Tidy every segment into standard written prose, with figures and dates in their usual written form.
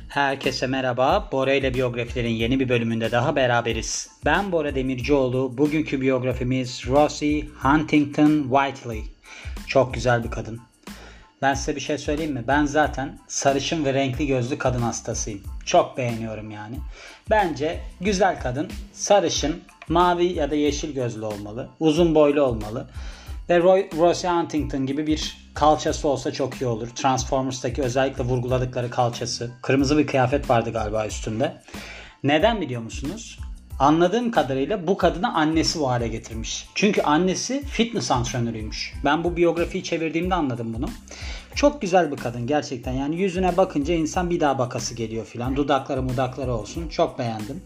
Herkese merhaba. Bora ile biyografilerin yeni bir bölümünde daha beraberiz. Ben Bora Demircioğlu. Bugünkü biyografimiz Rosie Huntington Whiteley. Çok güzel bir kadın. Ben size bir şey söyleyeyim mi? Ben zaten sarışın ve renkli gözlü kadın hastasıyım. Çok beğeniyorum yani. Bence güzel kadın, sarışın, mavi ya da yeşil gözlü olmalı. Uzun boylu olmalı. Ve Rosie Huntington gibi bir kalçası olsa çok iyi olur. Transformers'taki özellikle vurguladıkları kalçası. Kırmızı bir kıyafet vardı galiba üstünde. Neden biliyor musunuz? Anladığım kadarıyla bu kadını annesi bu hale getirmiş. Çünkü annesi fitness antrenörüymüş. Ben bu biyografiyi çevirdiğimde anladım bunu. Çok güzel bir kadın gerçekten. Yani yüzüne bakınca insan bir daha bakası geliyor filan. Dudakları olsun. Çok beğendim.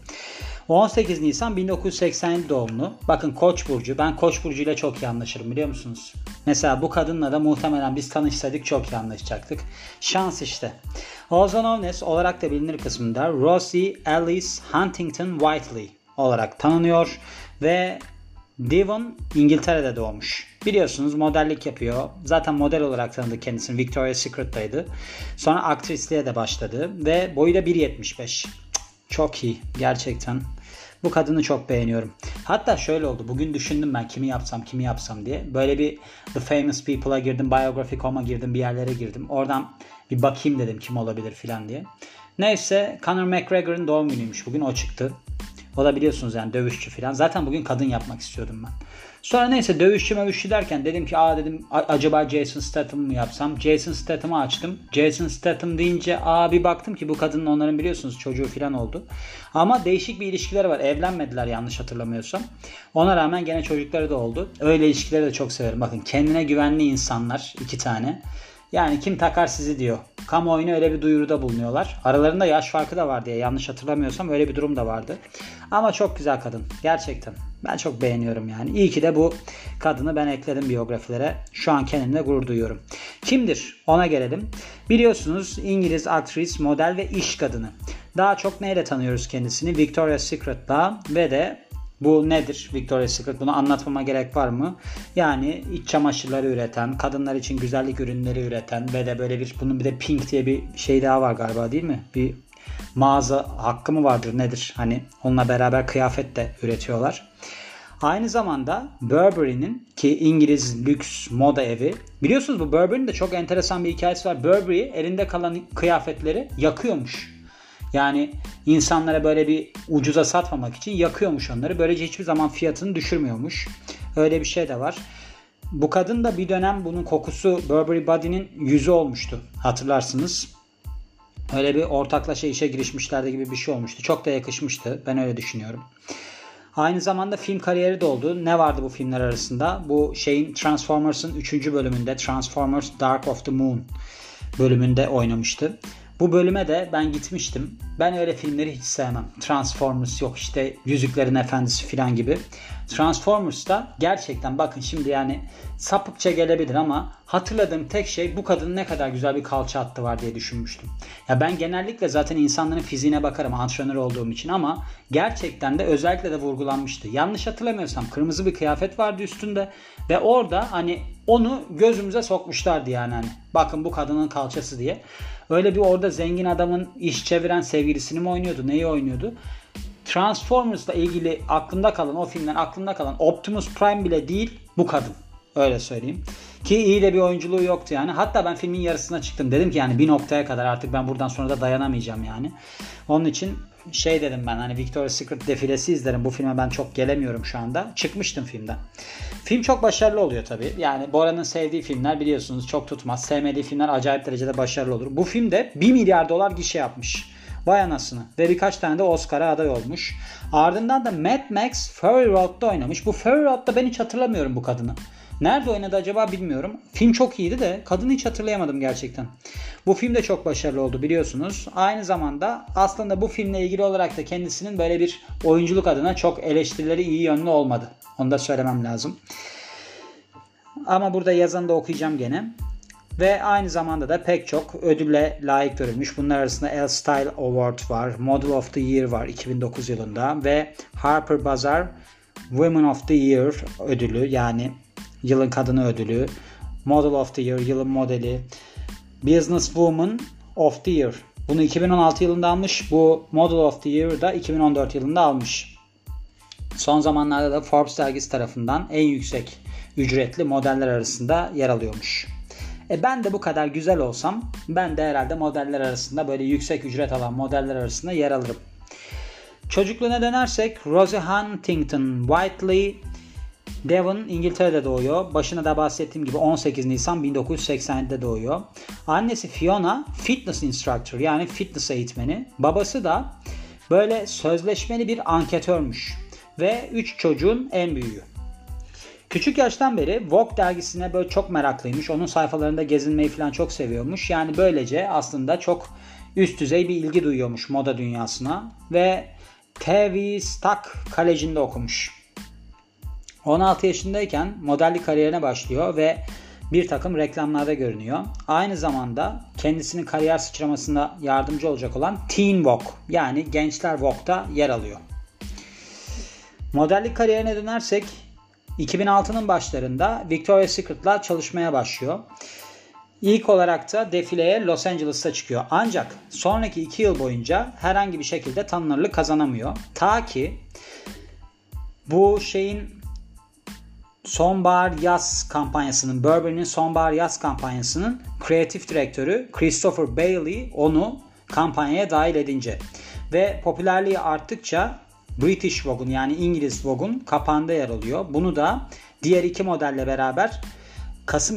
18 Nisan 1987 doğumlu. Bakın Koç burcu. Ben Koç burcu ile çok iyi anlaşırım biliyor musunuz? Mesela bu kadınla da muhtemelen biz tanışsaydık çok iyi anlaşacaktık. Şans işte. Also known as olarak da bilinir kısmında Rosie Alice Huntington Whiteley olarak tanınıyor ve Devon İngiltere'de doğmuş. Biliyorsunuz modellik yapıyor. Zaten model olarak tanıdık kendisini. Victoria's Secret'taydı. Sonra aktrisliğe de başladı ve boyu da 1.75. Çok iyi gerçekten. Bu kadını çok beğeniyorum. Hatta şöyle oldu. Bugün düşündüm ben kimi yapsam diye. Böyle bir The Famous People'a girdim. Biography.com'a girdim. Bir yerlere girdim. Oradan bir bakayım dedim kim olabilir filan diye. Neyse Conor McGregor'ın doğum günüymüş. Bugün o çıktı. O da biliyorsunuz yani dövüşçü filan. Zaten bugün kadın yapmak istiyordum ben. Sonra neyse dövüşçü derken dedim ki dedim acaba Jason Statham mı yapsam? Jason Statham'ı açtım. Jason Statham deyince bir baktım ki bu kadının onların biliyorsunuz çocuğu filan oldu. Ama değişik bir ilişkileri var. Evlenmediler yanlış hatırlamıyorsam. Ona rağmen gene çocukları da oldu. Öyle ilişkileri de çok severim. Bakın kendine güvenli insanlar 2 tane. Yani kim takar sizi diyor. Kamuoyuna öyle bir duyuruda bulunuyorlar. Aralarında yaş farkı da var diye yanlış hatırlamıyorsam öyle bir durum da vardı. Ama çok güzel kadın. Gerçekten. Ben çok beğeniyorum yani. İyi ki de bu kadını ben ekledim biyografilere. Şu an kendimle gurur duyuyorum. Kimdir? Ona gelelim. Biliyorsunuz İngiliz aktris, model ve iş kadını. Daha çok neyle tanıyoruz kendisini? Victoria's Secret'la ve de bu nedir Victoria's Secret? Bunu anlatmama gerek var mı? Yani iç çamaşırları üreten, kadınlar için güzellik ürünleri üreten ve de böyle bunun bir de Pink diye bir şey daha var galiba değil mi? Bir mağaza hakkı mı vardır nedir? Hani onunla beraber kıyafet de üretiyorlar. Aynı zamanda Burberry'nin ki İngiliz lüks moda evi. Biliyorsunuz bu Burberry'nin de çok enteresan bir hikayesi var. Burberry elinde kalan kıyafetleri yakıyormuş. Yani insanlara böyle bir ucuza satmamak için yakıyormuş onları. Böylece hiçbir zaman fiyatını düşürmüyormuş. Öyle bir şey de var. Bu kadın da bir dönem bunun kokusu Burberry Body'nin yüzü olmuştu. Hatırlarsınız. Öyle bir ortaklaşa işe girişmişlerdi gibi bir şey olmuştu. Çok da yakışmıştı. Ben öyle düşünüyorum. Aynı zamanda film kariyeri de oldu. Ne vardı bu filmler arasında? Bu Transformers'ın 3. bölümünde Transformers Dark of the Moon bölümünde oynamıştı. Bu bölüme de ben gitmiştim. Ben öyle filmleri hiç sevmem. Transformers yok işte Yüzüklerin Efendisi falan gibi. Transformers'ta gerçekten bakın şimdi yani sapıkça gelebilir ama hatırladığım tek şey bu kadının ne kadar güzel bir kalça hattı var diye düşünmüştüm. Ya ben genellikle zaten insanların fiziğine bakarım antrenör olduğum için ama gerçekten de özellikle de vurgulanmıştı. Yanlış hatırlamıyorsam kırmızı bir kıyafet vardı üstünde ve orada hani onu gözümüze sokmuşlardı yani hani bakın bu kadının kalçası diye. Öyle bir orada zengin adamın iş çeviren sevgilisini mi oynuyordu? Neyi oynuyordu? Transformers'la ilgili o filmden aklımda kalan Optimus Prime bile değil bu kadın. Öyle söyleyeyim. Ki iyi de bir oyunculuğu yoktu yani. Hatta ben filmin yarısına çıktım. Dedim ki yani bir noktaya kadar artık ben buradan sonra da dayanamayacağım yani. Onun için dedim ben hani Victoria's Secret defilesi izlerim. Bu filme ben çok gelemiyorum şu anda. Çıkmıştım filmden. Film çok başarılı oluyor tabii. Yani Bora'nın sevdiği filmler biliyorsunuz çok tutmaz. Sevmediği filmler acayip derecede başarılı olur. Bu film de 1 milyar dolar gişe yapmış. Vay anasını. Ve birkaç tane de Oscar'a aday olmuş. Ardından da Mad Max Fury Road'da oynamış. Bu Fury Road'da ben hiç hatırlamıyorum bu kadını. Nerede oynadı acaba bilmiyorum. Film çok iyiydi de kadını hiç hatırlayamadım gerçekten. Bu film de çok başarılı oldu biliyorsunuz. Aynı zamanda aslında bu filmle ilgili olarak da kendisinin böyle bir oyunculuk adına çok eleştirileri iyi yönlü olmadı. Onu da söylemem lazım. Ama burada yazanı da okuyacağım gene. Ve aynı zamanda da pek çok ödülle layık görülmüş. Bunlar arasında Elle Style Award var. Model of the Year var 2009 yılında. Ve Harper Bazaar Women of the Year ödülü yani yılın kadını ödülü. Model of the Year yılın modeli. Business Woman of the Year. Bunu 2016 yılında almış. Bu Model of the Year'ı da 2014 yılında almış. Son zamanlarda da Forbes dergisi tarafından en yüksek ücretli modeller arasında yer alıyormuş. Ben de bu kadar güzel olsam ben de herhalde modeller arasında böyle yüksek ücret alan modeller arasında yer alırım. Çocukluğuna dönersek Rosie Huntington Whiteley Devon, İngiltere'de doğuyor. Başına da bahsettiğim gibi 18 Nisan 1980'de doğuyor. Annesi Fiona fitness instructor yani fitness eğitmeni. Babası da böyle sözleşmeli bir anketörmüş. Ve 3 çocuğun en büyüğü. Küçük yaştan beri Vogue dergisine böyle çok meraklıymış. Onun sayfalarında gezinmeyi falan çok seviyormuş. Yani böylece aslında çok üst düzey bir ilgi duyuyormuş moda dünyasına. Ve Tavistock College'inde okumuş. 16 yaşındayken modellik kariyerine başlıyor ve bir takım reklamlarda görünüyor. Aynı zamanda kendisinin kariyer sıçramasında yardımcı olacak olan Teen Vogue yani Gençler Vogue'da yer alıyor. Modellik kariyerine dönersek 2006'nın başlarında Victoria's Secret'la çalışmaya başlıyor. İlk olarak da defileye Los Angeles'ta çıkıyor. Ancak sonraki 2 yıl boyunca herhangi bir şekilde tanınırlık kazanamıyor. Ta ki bu sonbahar yaz kampanyasının, Burberry'nin sonbahar yaz kampanyasının kreatif direktörü Christopher Bailey onu kampanyaya dahil edince ve popülerliği arttıkça British Vogue'un yani İngiliz Vogue'un kapağında yer alıyor. Bunu da diğer 2 modelle beraber Kasım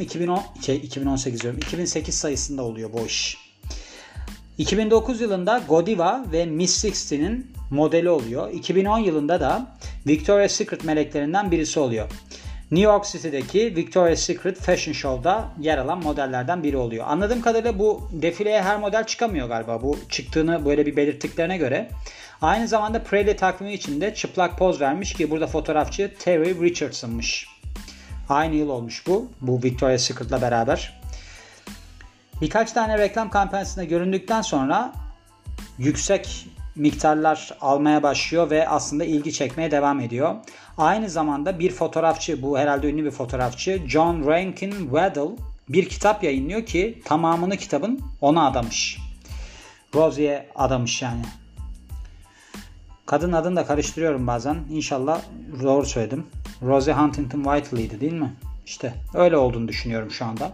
2008 sayısında oluyor bu iş. 2009 yılında Godiva ve Miss 60'nin modeli oluyor. 2010 yılında da Victoria's Secret meleklerinden birisi oluyor. New York City'deki Victoria's Secret Fashion Show'da yer alan modellerden biri oluyor. Anladığım kadarıyla bu defileye her model çıkamıyor galiba. Bu çıktığını böyle bir belirttiklerine göre. Aynı zamanda Preli takvimi için de çıplak poz vermiş ki burada fotoğrafçı Terry Richardson'mış. Aynı yıl olmuş bu Victoria's Secret'la beraber. Birkaç tane reklam kampanyasında göründükten sonra yüksek miktarlar almaya başlıyor ve aslında ilgi çekmeye devam ediyor. Aynı zamanda bir fotoğrafçı, bu herhalde ünlü bir fotoğrafçı John Rankin Waddell bir kitap yayınlıyor ki tamamını kitabın ona adamış. Rosie'ye adamış yani. Kadın adını da karıştırıyorum bazen. İnşallah doğru söyledim. Rosie Huntington Whiteley'di değil mi? İşte öyle olduğunu düşünüyorum şu anda.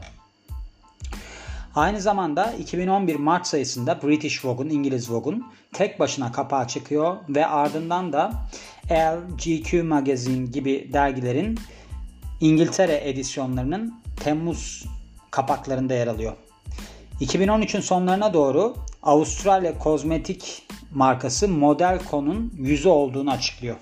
Aynı zamanda 2011 Mart sayısında British Vogue'un, İngiliz Vogue'un tek başına kapağı çıkıyor ve ardından da Elle, GQ Magazine gibi dergilerin İngiltere edisyonlarının Temmuz kapaklarında yer alıyor. 2013'ün sonlarına doğru Avustralya kozmetik markası Modelco'nun yüzü olduğunu açıklıyor.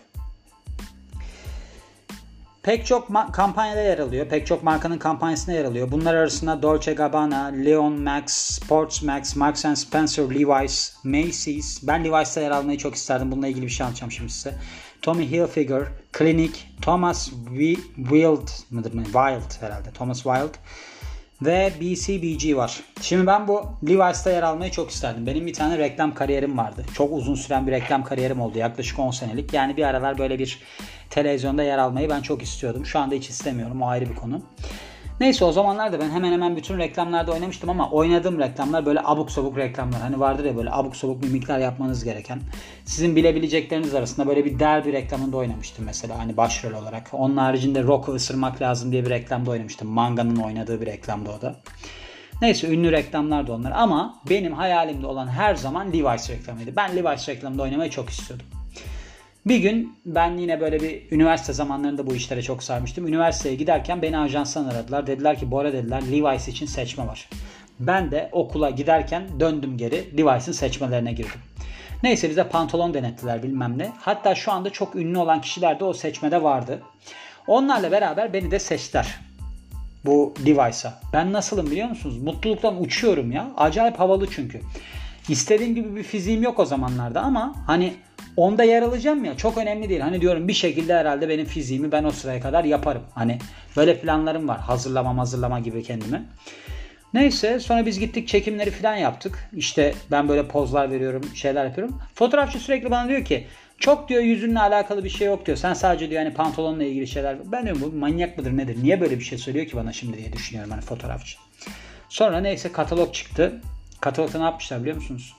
Pek çok kampanyada yer alıyor. Pek çok markanın kampanyasında yer alıyor. Bunlar arasında Dolce Gabbana, Leon Max, Sports Max, Marks and Spencer, Levi's, Macy's. Ben Levi's'ta yer almayı çok isterdim. Bununla ilgili bir şey anlatacağım şimdi size. Tommy Hilfiger, Clinique, Thomas Wild herhalde. Thomas Wild ve BCBG var. Şimdi ben bu Levi's'ta yer almayı çok isterdim. Benim bir tane reklam kariyerim vardı. Çok uzun süren bir reklam kariyerim oldu. Yaklaşık 10 senelik. Yani bir aralar böyle bir televizyonda yer almayı ben çok istiyordum. Şu anda hiç istemiyorum. O ayrı bir konu. Neyse o zamanlarda ben hemen hemen bütün reklamlarda oynamıştım ama oynadığım reklamlar böyle abuk sabuk reklamlar. Hani vardır ya böyle abuk sabuk mimikler yapmanız gereken. Sizin bilebilecekleriniz arasında böyle bir derbi reklamında oynamıştım mesela hani başrol olarak. Onun haricinde Rock'u ısırmak lazım diye bir reklamda oynamıştım. Manga'nın oynadığı bir reklamda o da. Neyse ünlü reklamlar da onlar ama benim hayalimde olan her zaman Levi's reklamıydı. Ben Levi's reklamında oynamayı çok istiyordum. Bir gün ben yine böyle bir üniversite zamanlarında bu işlere çok sarmıştım. Üniversiteye giderken beni ajanstan aradılar. Dediler ki Bora dediler Levi's için seçme var. Ben de okula giderken döndüm geri Levi's'in seçmelerine girdim. Neyse bize pantolon denettiler bilmem ne. Hatta şu anda çok ünlü olan kişiler de o seçmede vardı. Onlarla beraber beni de seçtiler. Bu Levi's'a. Ben nasılım biliyor musunuz? Mutluluktan uçuyorum ya. Acayip havalı çünkü. İstediğim gibi bir fiziğim yok o zamanlarda ama hani onda yer alacağım ya çok önemli değil. Hani diyorum bir şekilde herhalde benim fiziğimi ben o sıraya kadar yaparım. Hani böyle planlarım var. Hazırlama gibi kendime. Neyse sonra biz gittik çekimleri falan yaptık. İşte ben böyle pozlar veriyorum, şeyler yapıyorum. Fotoğrafçı sürekli bana diyor ki çok diyor yüzünle alakalı bir şey yok diyor. Sen sadece diyor hani pantolonla ilgili şeyler. Ben diyorum bu manyak mıdır nedir? Niye böyle bir şey söylüyor ki bana şimdi diye düşünüyorum hani fotoğrafçı. Sonra neyse katalog çıktı. Katalogda ne yapmışlar biliyor musunuz?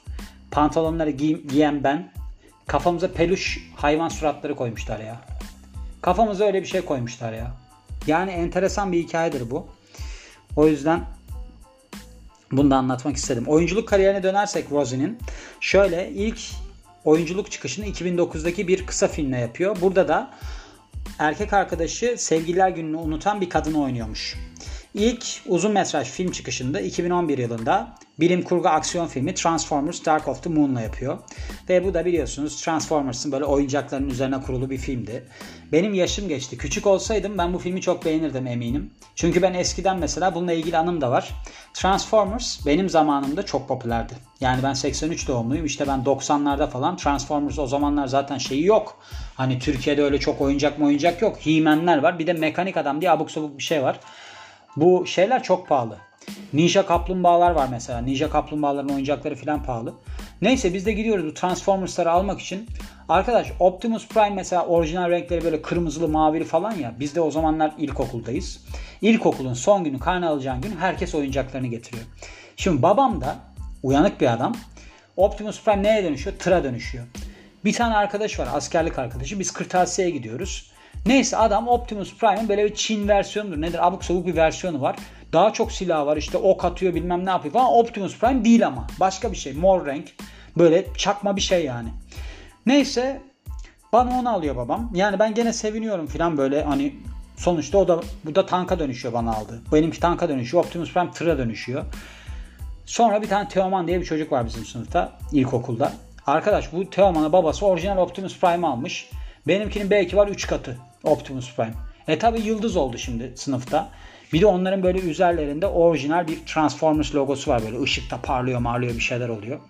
pantolonları giyen ben. Kafamıza peluş hayvan suratları koymuşlar ya. Kafamıza öyle bir şey koymuşlar ya. Yani enteresan bir hikayedir bu. O yüzden bunu da anlatmak istedim. Oyunculuk kariyerine dönersek Rosie'nin. Şöyle ilk oyunculuk çıkışını 2009'daki bir kısa filmle yapıyor. Burada da erkek arkadaşı sevgililer gününü unutan bir kadını oynuyormuş. İlk uzun metraj film çıkışında 2011 yılında bilim kurgu aksiyon filmi Transformers Dark of the Moon'la yapıyor. Ve bu da biliyorsunuz Transformers'ın böyle oyuncakların üzerine kurulu bir filmdi. Benim yaşım geçti. Küçük olsaydım ben bu filmi çok beğenirdim eminim. Çünkü ben eskiden mesela bununla ilgili anım da var. Transformers benim zamanımda çok popülerdi. Yani ben 83 doğumluyum. İşte ben 90'larda falan Transformers o zamanlar zaten şeyi yok. Hani Türkiye'de öyle çok oyuncak yok. He-Man'ler var. Bir de Mekanik Adam diye abuk sabuk bir şey var. Bu şeyler çok pahalı. Ninja kaplumbağalar var mesela. Ninja kaplumbağaların oyuncakları falan pahalı. Neyse biz de gidiyoruz bu Transformers'ları almak için. Arkadaş Optimus Prime mesela orijinal renkleri böyle kırmızılı mavili falan ya. Biz de o zamanlar ilkokuldayız. İlkokulun son günü karne alacağın gün herkes oyuncaklarını getiriyor. Şimdi babam da uyanık bir adam. Optimus Prime neye dönüşüyor? Tıra dönüşüyor. Bir tane arkadaş var, askerlik arkadaşı. Biz kırtasiyeye gidiyoruz. Neyse adam Optimus Prime'ın böyle bir Çin versiyonudur. Nedir? Abuk sabuk bir versiyonu var. Daha çok silah var. İşte ok atıyor bilmem ne yapıyor falan. Optimus Prime değil ama. Başka bir şey. Mor renk. Böyle çakma bir şey yani. Neyse bana onu alıyor babam. Yani ben gene seviniyorum falan böyle hani sonuçta bu da tanka dönüşüyor bana aldı. Benimki tanka dönüşüyor. Optimus Prime tıra dönüşüyor. Sonra bir tane Teoman diye bir çocuk var bizim sınıfta. İlkokulda. Arkadaş bu Teoman'a babası orijinal Optimus Prime almış. Benimkinin belki var 3 katı Optimus Prime. Tabi yıldız oldu şimdi sınıfta. Bir de onların böyle üzerlerinde orijinal bir Transformers logosu var. Böyle ışıkta parlıyor bir şeyler oluyor.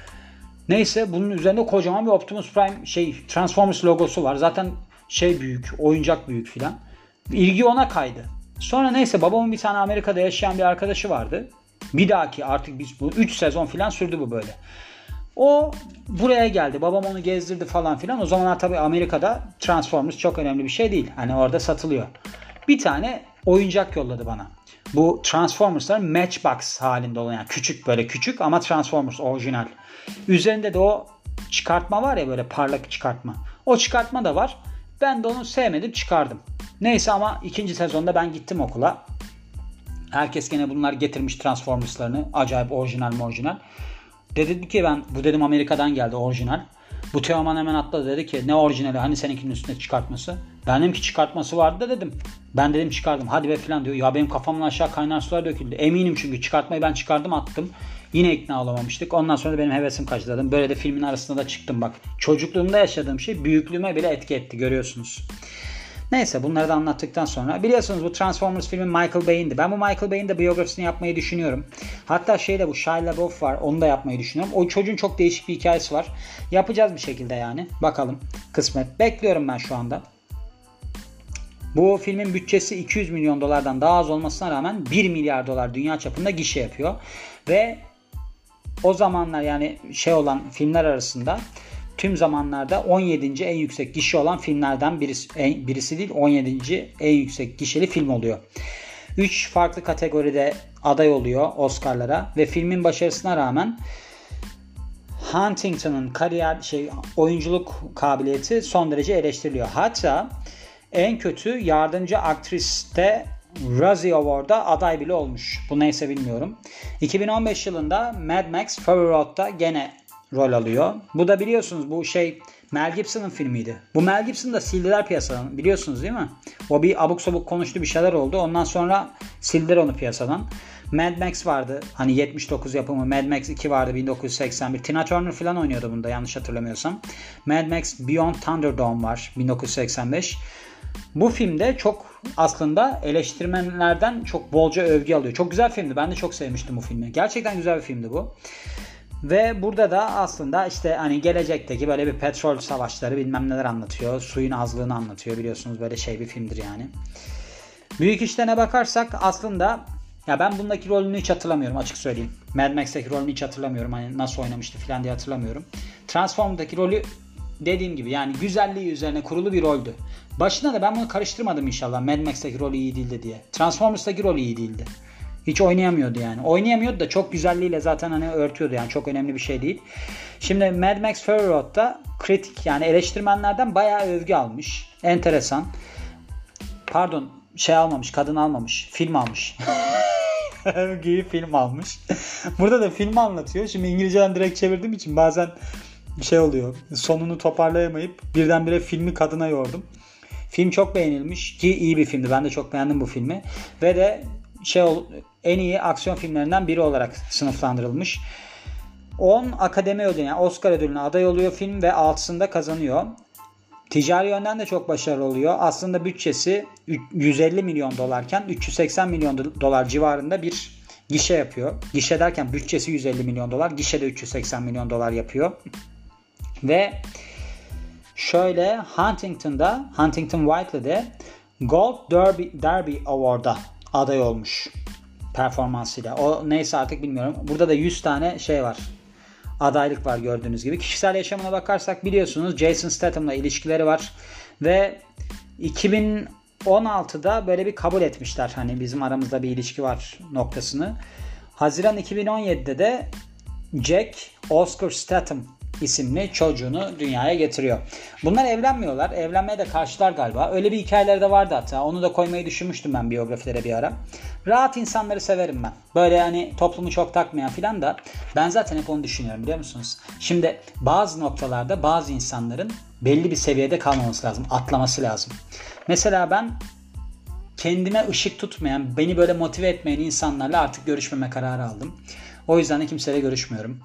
Neyse bunun üzerinde kocaman bir Optimus Prime Transformers logosu var. Zaten büyük, oyuncak büyük filan. İlgi ona kaydı. Sonra neyse babamın bir tane Amerika'da yaşayan bir arkadaşı vardı. Bir dahaki artık biz bu 3 sezon filan sürdü bu böyle. O buraya geldi. Babam onu gezdirdi falan filan. O zamanlar tabii Amerika'da Transformers çok önemli bir şey değil. Hani orada satılıyor. Bir tane oyuncak yolladı bana. Bu Transformers'lar Matchbox halinde olan yani küçük ama Transformers orijinal. Üzerinde de o çıkartma var ya böyle parlak çıkartma. O çıkartma da var. Ben de onu sevmedim çıkardım. Neyse ama ikinci sezonda ben gittim okula. Herkes gene bunlar getirmiş Transformers'larını. Acayip orijinal. Dedi ki bu dedim Amerika'dan geldi orijinal. Bu Teoman hemen atladı dedi ki ne orijinali hani seninkinin üstünde çıkartması. Ben dedim ki çıkartması vardı da dedim. Ben dedim çıkardım hadi be falan diyor. Ya benim kafamdan aşağı kaynar sular döküldü. Eminim çünkü çıkartmayı ben çıkardım attım. Yine ikna olamamıştık. Ondan sonra da benim hevesim kaçtı dedim. Böyle de filmin arasında da çıktım bak. Çocukluğumda yaşadığım şey büyüklüğüme bile etki etti görüyorsunuz. Neyse bunları da anlattıktan sonra biliyorsunuz bu Transformers filmi Michael Bay'indi. Ben bu Michael Bay'in de biyografisini yapmayı düşünüyorum. Hatta bu Shia LaBeouf var onu da yapmayı düşünüyorum. O çocuğun çok değişik bir hikayesi var. Yapacağız bir şekilde yani. Bakalım kısmet. Bekliyorum ben şu anda. Bu filmin bütçesi 200 milyon dolardan daha az olmasına rağmen 1 milyar dolar dünya çapında gişe yapıyor. Ve o zamanlar yani olan filmler arasında tüm zamanlarda 17. en yüksek gişe olan filmlerden birisi değil 17. en yüksek gişeli film oluyor. 3 farklı kategoride aday oluyor Oscar'lara ve filmin başarısına rağmen Huntington'ın oyunculuk kabiliyeti son derece eleştiriliyor. Hatta en kötü yardımcı aktriste Razzie Award'a aday bile olmuş. Bu neyse bilmiyorum. 2015 yılında Mad Max Fury Road'da gene rol alıyor. Bu da biliyorsunuz bu Mel Gibson'ın filmiydi. Bu Mel Gibson'ı da sildiler piyasadan. Biliyorsunuz değil mi? O bir abuk sabuk konuştu bir şeyler oldu. Ondan sonra sildiler onu piyasadan. Mad Max vardı. Hani 79 yapımı. Mad Max 2 vardı 1981. Tina Turner falan oynuyordu bunda yanlış hatırlamıyorsam. Mad Max Beyond Thunderdome var 1985. Bu filmde çok aslında eleştirmenlerden çok bolca övgü alıyor. Çok güzel filmdi. Ben de çok sevmiştim bu filmi. Gerçekten güzel bir filmdi bu. Ve burada da aslında hani gelecekteki böyle bir petrol savaşları bilmem neler anlatıyor. Suyun azlığını anlatıyor. Biliyorsunuz böyle bir filmdir yani. Büyük işlerine bakarsak aslında ya ben bundaki rolünü hiç hatırlamıyorum açık söyleyeyim. Mad Max'teki rolünü hiç hatırlamıyorum. Hani nasıl oynamıştı falan diye hatırlamıyorum. Transformers'daki rolü dediğim gibi yani güzelliği üzerine kurulu bir roldü. Başına da ben bunu karıştırmadım inşallah. Mad Max'teki rolü iyi değildi diye. Transformers'taki rolü iyi değildi. Hiç oynayamıyordu yani. Oynayamıyordu da çok güzelliğiyle zaten hani örtüyordu yani çok önemli bir şey değil. Şimdi Mad Max Fury Road'da kritik yani eleştirmenlerden bayağı övgü almış. Enteresan. Pardon almamış, kadın almamış. Film almış. Övgüyü film almış. Burada da filmi anlatıyor. Şimdi İngilizceden direkt çevirdiğim için bazen oluyor. Sonunu toparlayamayıp birdenbire filmi kadına yordum. Film çok beğenilmiş ki iyi bir filmdi. Ben de çok beğendim bu filmi. Ve de en iyi aksiyon filmlerinden biri olarak sınıflandırılmış. 10 akademi ödülü yani Oscar ödülüne aday oluyor film ve 6'sını kazanıyor. Ticari yönden de çok başarılı oluyor. Aslında bütçesi 150 milyon dolarken 380 milyon dolar civarında bir gişe yapıyor. Gişe derken bütçesi 150 milyon dolar. Gişede 380 milyon dolar yapıyor. Ve şöyle Huntington Whiteley'de Gold Derby Award'a aday olmuş performansıyla. O neyse artık bilmiyorum. Burada da 100 tane var. Adaylık var gördüğünüz gibi. Kişisel yaşamına bakarsak biliyorsunuz Jason Statham'la ilişkileri var. Ve 2016'da böyle bir kabul etmişler. Hani bizim aramızda bir ilişki var noktasını. Haziran 2017'de de Jack Oscar Statham isimli çocuğunu dünyaya getiriyor. Bunlar evlenmiyorlar. Evlenmeye de karşılar galiba. Öyle bir hikayeleri de vardı hatta. Onu da koymayı düşünmüştüm ben biyografilere bir ara. Rahat insanları severim ben. Böyle hani toplumu çok takmayan filan da ben zaten hep onu düşünüyorum biliyor musunuz? Şimdi bazı noktalarda bazı insanların belli bir seviyede kalmaması lazım. Atlaması lazım. Mesela ben kendime ışık tutmayan, beni böyle motive etmeyen insanlarla artık görüşmeme kararı aldım. O yüzden de kimseyle görüşmüyorum.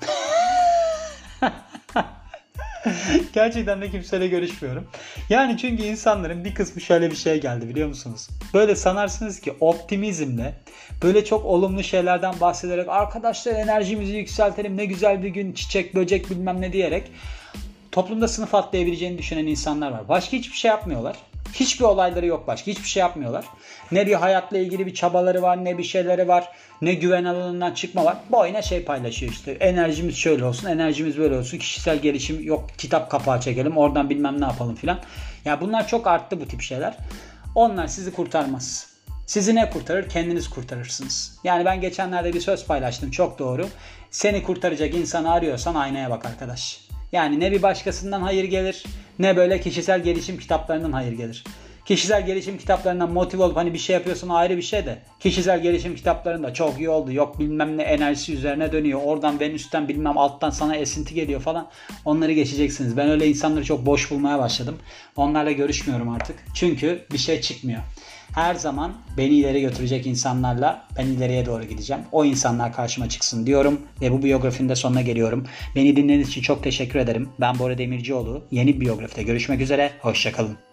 Gerçekten de kimseyle görüşmüyorum. Yani çünkü insanların bir kısmı şöyle bir şey geldi biliyor musunuz? Böyle sanarsınız ki optimizmle böyle çok olumlu şeylerden bahsederek arkadaşlar enerjimizi yükseltelim ne güzel bir gün çiçek böcek bilmem ne diyerek toplumda sınıf atlayabileceğini düşünen insanlar var. Başka hiçbir şey yapmıyorlar. Hiçbir olayları yok başka. Hiçbir şey yapmıyorlar. Ne bir hayatla ilgili bir çabaları var, ne bir şeyleri var, ne güven alanından çıkma var. Boyuna paylaşıyor işte. Enerjimiz şöyle olsun, enerjimiz böyle olsun. Kişisel gelişim yok, kitap kapağı çekelim, oradan bilmem ne yapalım filan. Ya bunlar çok arttı bu tip şeyler. Onlar sizi kurtarmaz. Sizi ne kurtarır? Kendiniz kurtarırsınız. Yani ben geçenlerde bir söz paylaştım. Çok doğru. Seni kurtaracak insanı arıyorsan aynaya bak arkadaş. Yani ne bir başkasından hayır gelir ne böyle kişisel gelişim kitaplarından hayır gelir. Kişisel gelişim kitaplarından motive olup hani bir şey yapıyorsun ayrı bir şey de kişisel gelişim kitaplarında çok iyi oldu yok bilmem ne enerjisi üzerine dönüyor oradan Venüs'ten bilmem alttan sana esinti geliyor falan onları geçeceksiniz. Ben öyle insanları çok boş bulmaya başladım. Onlarla görüşmüyorum artık çünkü bir şey çıkmıyor. Her zaman beni ileri götürecek insanlarla ben ileriye doğru gideceğim. O insanlar karşıma çıksın diyorum ve bu biyografinin de sonuna geliyorum. Beni dinlediğiniz için çok teşekkür ederim. Ben Bora Demircioğlu. Yeni bir biyografide görüşmek üzere. Hoşça kalın.